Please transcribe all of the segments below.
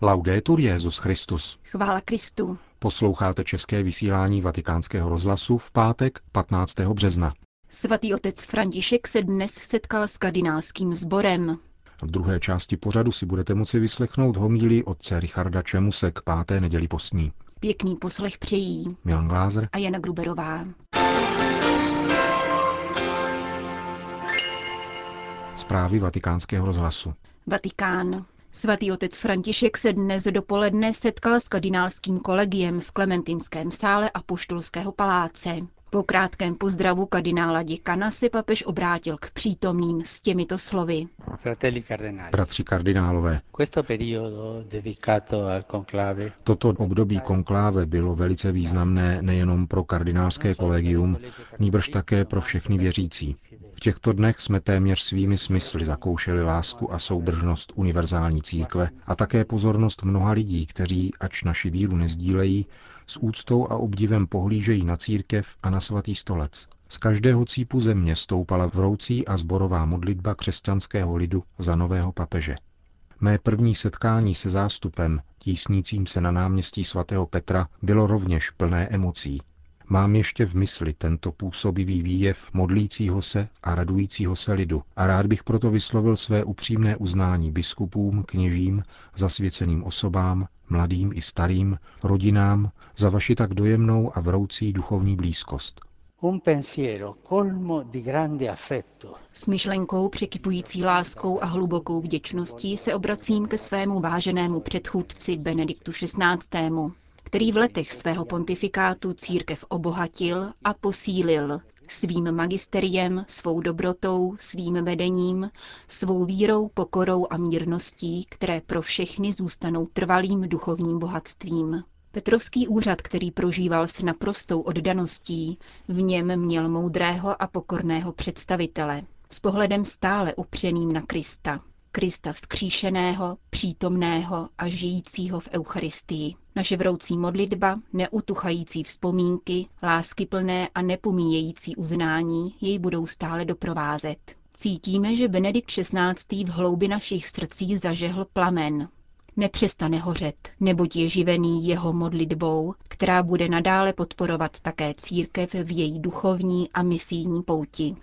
Laudetur Jesus Christus. Chvála Kristu. Posloucháte české vysílání Vatikánského rozhlasu v pátek 15. března. Svatý otec František se dnes setkal s kardinálským sborem. V druhé části pořadu si budete moci vyslechnout homílii otce Richarda Čemuse k 5. neděli postní. Pěkný poslech přejí Milan Glázer a Jana Gruberová. Zprávy Vatikánského rozhlasu. Vatikán. Svatý otec František se dnes dopoledne setkal s kardinálským kolegiem v Klementinském sále Apoštolského paláce. Po krátkém pozdravu kardinála děkana se papež obrátil k přítomným s těmito slovy. Bratři kardinálové, toto období konkláve bylo velice významné nejenom pro kardinálské kolegium, nýbrž také pro všechny věřící. V těchto dnech jsme téměř svými smysly zakoušeli lásku a soudržnost univerzální církve a také pozornost mnoha lidí, kteří, ač naši víru nezdílejí, s úctou a obdivem pohlížejí na církev a na svatý stolec. Z každého cípu země stoupala vroucí a sborová modlitba křesťanského lidu za nového papeže. Mé první setkání se zástupem, tísnícím se na náměstí svatého Petra, bylo rovněž plné emocí. Mám ještě v mysli tento působivý výjev modlícího se a radujícího se lidu a rád bych proto vyslovil své upřímné uznání biskupům, kněžím, zasvěceným osobám, mladým i starým, rodinám, za vaši tak dojemnou a vroucí duchovní blízkost. S myšlenkou překypující láskou a hlubokou vděčností se obracím ke svému váženému předchůdci Benediktu XVI., který v letech svého pontifikátu církev obohatil a posílil svým magisteriem, svou dobrotou, svým vedením, svou vírou, pokorou a mírností, které pro všechny zůstanou trvalým duchovním bohatstvím. Petrovský úřad, který prožíval s naprostou oddaností, v něm měl moudrého a pokorného představitele, s pohledem stále upřeným na Krista. Krista vzkříšeného, přítomného a žijícího v Eucharistii. Naše vroucí modlitba, neutuchající vzpomínky, láskyplné a nepomíjející uznání jej budou stále doprovázet. Cítíme, že Benedikt XVI. V hloubi našich srdcí zažehl plamen. Nepřestane hořet, neboť je živený jeho modlitbou, která bude nadále podporovat také církev v její duchovní a misijní pouti.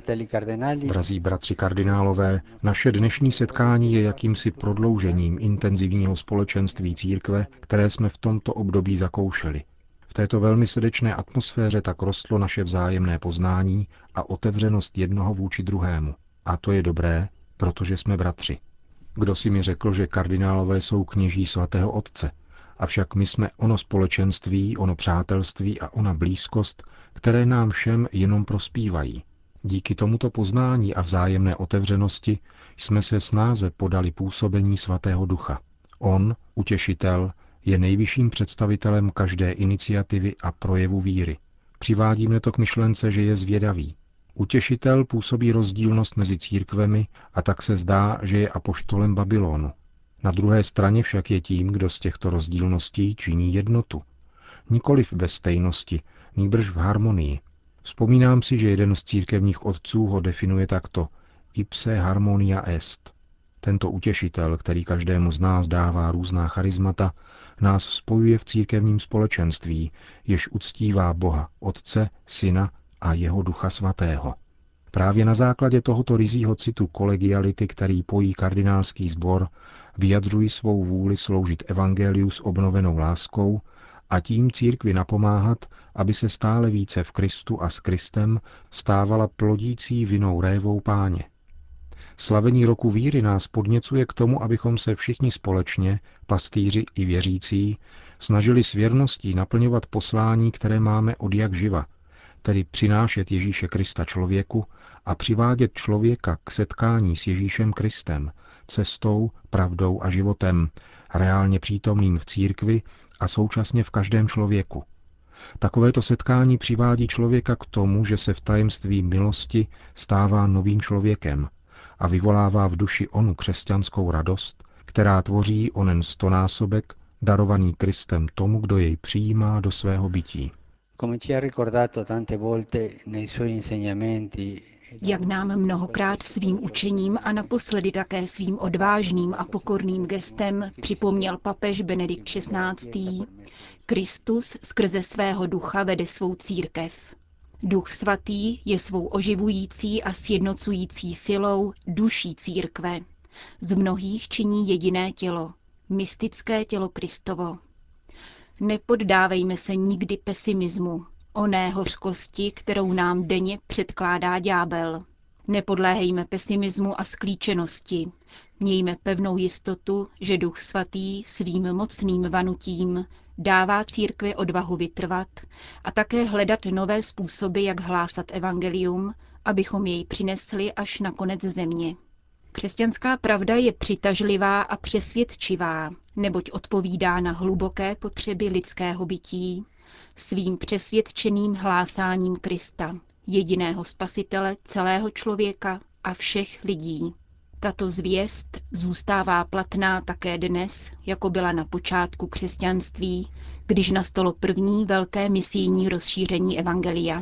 Drazí bratři kardinálové, naše dnešní setkání je jakýmsi prodloužením intenzivního společenství církve, které jsme v tomto období zakoušeli. V této velmi srdečné atmosféře tak rostlo naše vzájemné poznání a otevřenost jednoho vůči druhému. A to je dobré, protože jsme bratři. Kdo si mi řekl, že kardinálové jsou kněží svatého otce, avšak my jsme ono společenství, ono přátelství a ona blízkost, které nám všem jenom prospívají. Díky tomuto poznání a vzájemné otevřenosti jsme se snáze podali působení svatého ducha. On, utěšitel, je nejvyšším představitelem každé iniciativy a projevu víry. Přivádí mne to k myšlence, že je zvědavý. Utěšitel působí rozdílnost mezi církvemi a tak se zdá, že je apoštolem Babylonu. Na druhé straně však je tím, kdo z těchto rozdílností činí jednotu. Nikoliv ve stejnosti, nýbrž v harmonii. Vzpomínám si, že jeden z církevních otců ho definuje takto: ipse harmonia est. Tento utěšitel, který každému z nás dává různá charismata, nás spojuje v církevním společenství, jež uctívá Boha, Otce, Syna a jeho Ducha Svatého. Právě na základě tohoto ryzího citu kolegiality, který pojí kardinálský sbor, vyjadřují svou vůli sloužit evangeliu s obnovenou láskou a tím církvi napomáhat, aby se stále více v Kristu a s Kristem stávala plodící vinnou révou Páně. Slavení roku víry nás podněcuje k tomu, abychom se všichni společně, pastýři i věřící, snažili s věrností naplňovat poslání, které máme od jak živa, tedy přinášet Ježíše Krista člověku a přivádět člověka k setkání s Ježíšem Kristem, cestou, pravdou a životem, reálně přítomným v církvi a současně v každém člověku. Takovéto setkání přivádí člověka k tomu, že se v tajemství milosti stává novým člověkem a vyvolává v duši onu křesťanskou radost, která tvoří onen stonásobek darovaný Kristem tomu, kdo jej přijímá do svého bytí. Come ci ha ricordato tante volte nei suoi insegnamenti Jak nám mnohokrát svým učením a naposledy také svým odvážným a pokorným gestem připomněl papež Benedikt XVI., Kristus skrze svého ducha vede svou církev. Duch svatý je svou oživující a sjednocující silou duší církve. Z mnohých činí jediné tělo, mystické tělo Kristovo. Nepoddávejme se nikdy pesimismu, oné hořkosti, kterou nám denně předkládá ďábel. Nepodléhejme pesimismu a sklíčenosti. Mějme pevnou jistotu, že Duch svatý svým mocným vanutím dává církvi odvahu vytrvat a také hledat nové způsoby, jak hlásat evangelium, abychom jej přinesli až na konec země. Křesťanská pravda je přitažlivá a přesvědčivá, neboť odpovídá na hluboké potřeby lidského bytí, svým přesvědčeným hlásáním Krista, jediného spasitele celého člověka a všech lidí. Tato zvěst zůstává platná také dnes, jako byla na počátku křesťanství, když nastalo první velké misijní rozšíření evangelia.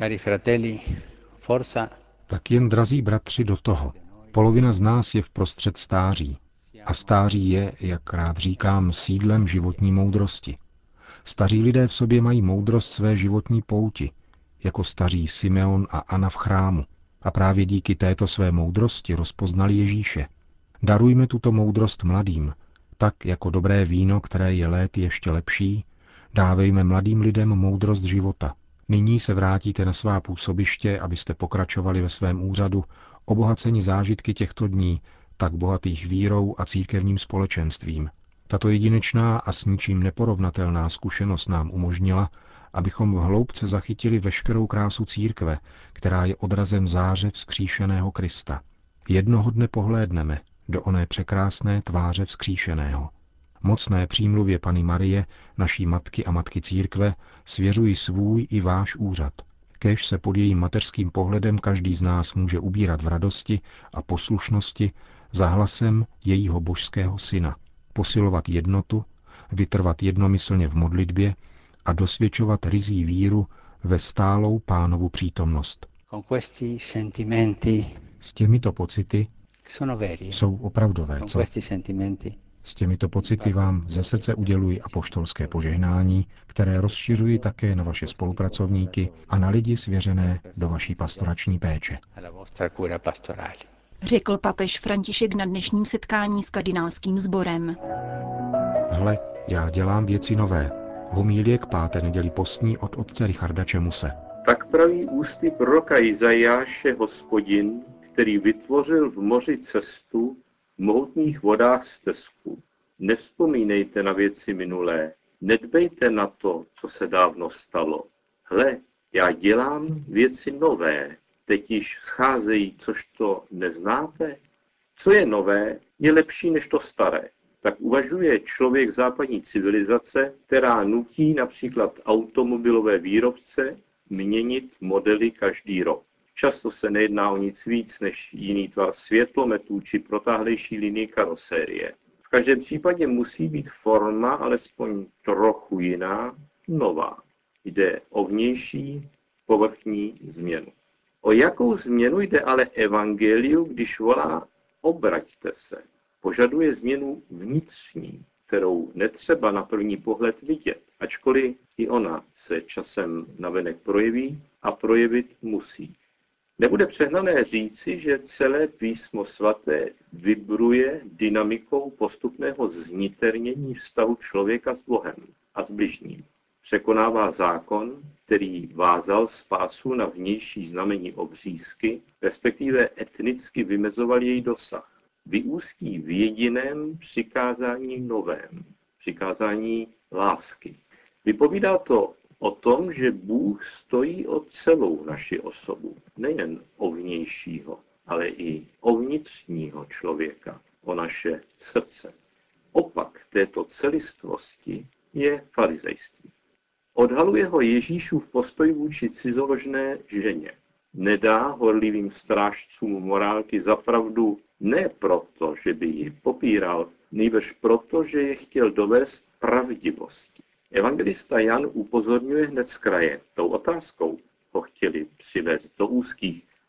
Tak jen, drazí bratři, do toho. Polovina z nás je vprostřed stáří. A stáří je, jak rád říkám, sídlem životní moudrosti. Staří lidé v sobě mají moudrost své životní pouti, jako staří Simeon a Anna v chrámu. A právě díky této své moudrosti rozpoznali Ježíše. Darujme tuto moudrost mladým, tak jako dobré víno, které je léty ještě lepší, dávejme mladým lidem moudrost života. Nyní se vrátíte na svá působiště, abyste pokračovali ve svém úřadu, obohaceni zážitky těchto dní, tak bohatých vírou a církevním společenstvím. Tato jedinečná a s ničím neporovnatelná zkušenost nám umožnila, abychom v hloubce zachytili veškerou krásu církve, která je odrazem záře vzkříšeného Krista. Jednoho dne pohlédneme do oné překrásné tváře vzkříšeného. Mocné přímluvě Panny Marie, naší matky a matky církve, svěřuji svůj i váš úřad. Kéž se pod jejím mateřským pohledem každý z nás může ubírat v radosti a poslušnosti za hlasem jejího božského syna, posilovat jednotu, vytrvat jednomyslně v modlitbě a dosvědčovat ryzí víru ve stálou Pánovu přítomnost. S těmito pocity jsou opravdové, co? S těmito pocity vám ze srdce uděluji apoštolské požehnání, které rozšiřuji také na vaše spolupracovníky a na lidi svěřené do vaší pastorační péče. Řekl papež František na dnešním setkání s kardinálským sborem. Hle, já dělám věci nové. Homilie k 5. neděli postní od otce Richarda Čemuse. Tak praví ústy proroka Izajáše Hospodin, který vytvořil v moři cestu, v mohutných vodách stezku. Nevzpomínejte na věci minulé, nedbejte na to, co se dávno stalo. Hle, já dělám věci nové, teď již scházejí, což to neznáte? Co je nové, je lepší než to staré. Tak uvažuje člověk západní civilizace, která nutí například automobilové výrobce měnit modely každý rok. Často se nejedná o nic víc než jiný tvar světlometů či protáhlejší linie karosérie. V každém případě musí být forma alespoň trochu jiná, nová. Jde o vnější, povrchní změnu. O jakou změnu jde ale evangeliu, když volá obraťte se? Požaduje změnu vnitřní, kterou netřeba na první pohled vidět, ačkoliv i ona se časem navenek projeví a projevit musí. Nebude přehnané říci, že celé písmo svaté vibruje dynamikou postupného zniternění vztahu člověka s Bohem a s bližním. Překonává zákon, který vázal spásu na vnější znamení obřízky, respektive etnicky vymezoval její dosah. Vyústí v jediném přikázání novém, přikázání lásky. Vypovídá to o tom, že Bůh stojí o celou naši osobu, nejen o vnějšího, ale i o vnitřního člověka, o naše srdce. Opak této celistvosti je farizejství. Odhaluje ho Ježíšův postoj vůči cizoložné ženě. Nedá horlivým strážcům morálky za pravdu ne proto, že by ji popíral, nýbrž proto, že je chtěl dovést pravdivosti. Evangelista Jan upozorňuje hned z kraje. Tou otázkou ho chtěli přivést do úzkých.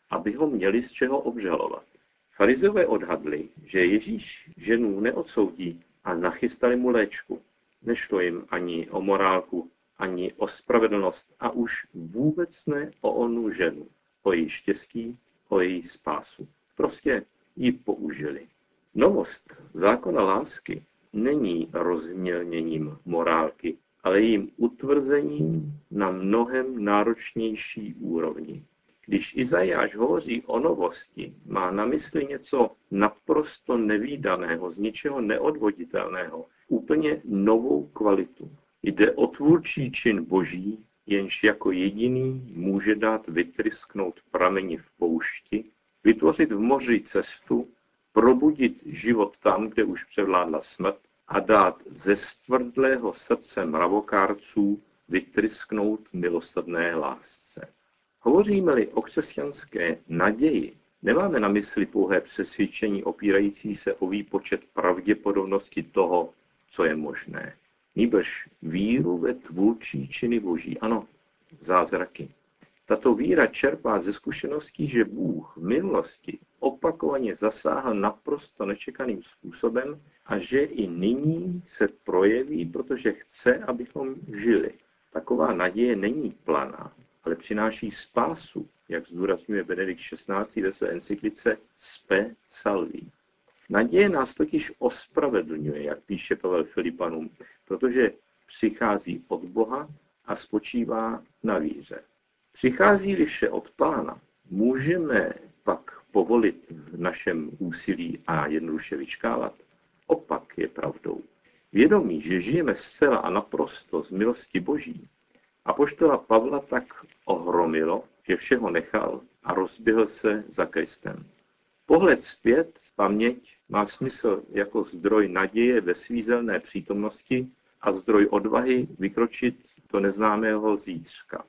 aby ho měli z čeho obžalovat. Farizové odhadli, že Ježíš ženu neodsoudí a nachystali mu léčku. Nešlo jim ani o morálku, ani o spravedlnost a už vůbec ne o onu ženu, o její štěstí, o její spásu. Prostě ji použili. Novost zákona lásky není rozmělněním morálky, ale jejím utvrzením na mnohem náročnější úrovni. Když Izajáš hovoří o novosti, má na mysli něco naprosto nevídaného, z ničeho neodvoditelného, úplně novou kvalitu. Jde o tvůrčí čin Boží, jenž jako jediný může dát vytrysknout prameni v poušti, vytvořit v moři cestu, probudit život tam, kde už převládla smrt a dát ze stvrdlého srdce mravokárců vytrysknout milosrdné lásce. Hovoříme-li o křesťanské naději, nemáme na mysli pouhé přesvědčení opírající se o výpočet pravděpodobnosti toho, co je možné. Nýbrž víru ve tvůrčí činy Boží, ano, zázraky. Tato víra čerpá ze zkušeností, že Bůh v minulosti opakovaně zasáhl naprosto nečekaným způsobem a že i nyní se projeví, protože chce, abychom žili. Taková naděje není planá, ale přináší spásu, jak zdůrazňuje Benedikt XVI. Ve své encyklice Spe Salvi. Naděje nás totiž ospravedlňuje, jak píše Pavel Filipanům, protože přichází od Boha a spočívá na víře. Přichází-li vše od Pána, můžeme pak povolit v našem úsilí a jednoduše vyčkávat? Opak je pravdou. Vědomí, že žijeme zcela a naprosto z milosti Boží, apoštola Pavla tak ohromilo, že všeho nechal a rozběhl se za Kristem. Pohled zpět, paměť, má smysl jako zdroj naděje ve svízelné přítomnosti a zdroj odvahy vykročit do neznámého zítřka.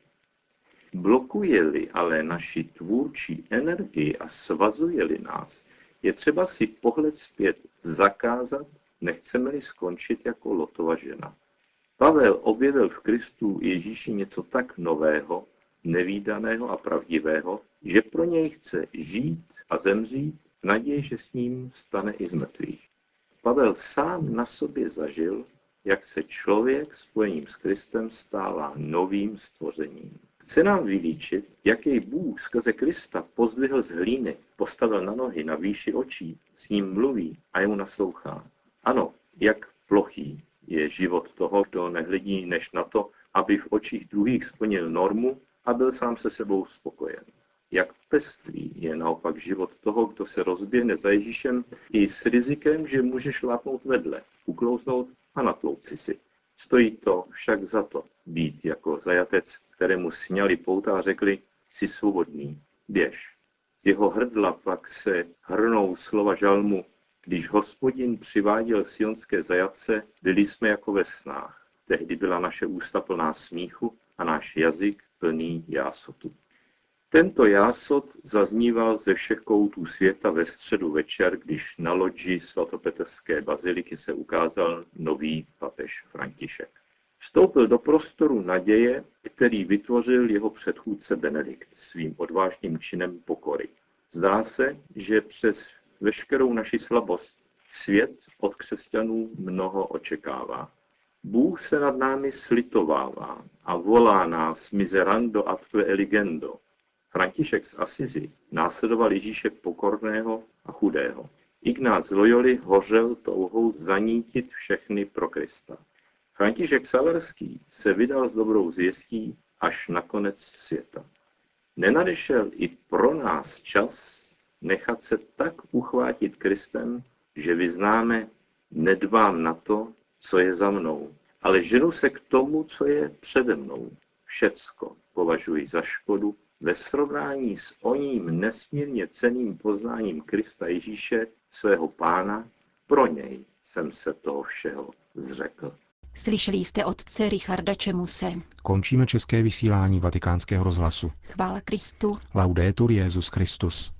Blokuje-li ale naši tvůrčí energii a svazuje-li nás, je třeba si pohled zpět zakázat, nechceme-li skončit jako Lotova žena. Pavel objevil v Kristu Ježíši něco tak nového, nevídaného a pravdivého, že pro něj chce žít a zemřít v naději, že s ním stane i z mrtvých. Pavel sám na sobě zažil, jak se člověk spojením s Kristem stává novým stvořením. Chce nám vylíčit, jak jej Bůh skrze Krista pozdvihl z hlíny, postavil na nohy na výši očí, s ním mluví a jemu naslouchá. Ano, jak plochý je život toho, kdo nehledí než na to, aby v očích druhých splnil normu a byl sám se sebou spokojen. Jak pestrý je naopak život toho, kdo se rozběhne za Ježíšem i s rizikem, že může šlápnout vedle, uklouznout a natlouci si. Stojí to však za to být jako zajatec, kterému sňali pouta a řekli, jsi svobodný, běž. Z jeho hrdla pak se hrnou slova žalmu, když Hospodin přiváděl sionské zajatce, byli jsme jako ve snách. Tehdy byla naše ústa plná smíchu a náš jazyk plný jásotu. Tento jásot zazníval ze všech koutů světa ve středu večer, když na loďi svatopetrské baziliky se ukázal nový papež František. Vstoupil do prostoru naděje, který vytvořil jeho předchůdce Benedikt svým odvážným činem pokory. Zdá se, že přes veškerou naši slabost svět od křesťanů mnoho očekává. Bůh se nad námi slitovává a volá nás miserando atque eligendo. František z Asizi následoval Ježíše pokorného a chudého. Ignác z Loyoli hořel touhou zanítit všechny pro Krista. František Saverský se vydal s dobrou zvěstí až na konec světa. Nenadešel i pro nás čas nechat se tak uchvátit Kristem, že vyznáme, nedbám na to, co je za mnou, ale ženu se k tomu, co je přede mnou. Všecko považuji za škodu ve srovnání s oním nesmírně cenným poznáním Krista Ježíše, svého Pána, pro něj jsem se toho všeho zřekl. Slyšeli jste otce Richarda Čemuse. Končíme české vysílání Vatikánského rozhlasu. Chvála Kristu. Laudetur Jesus Christus.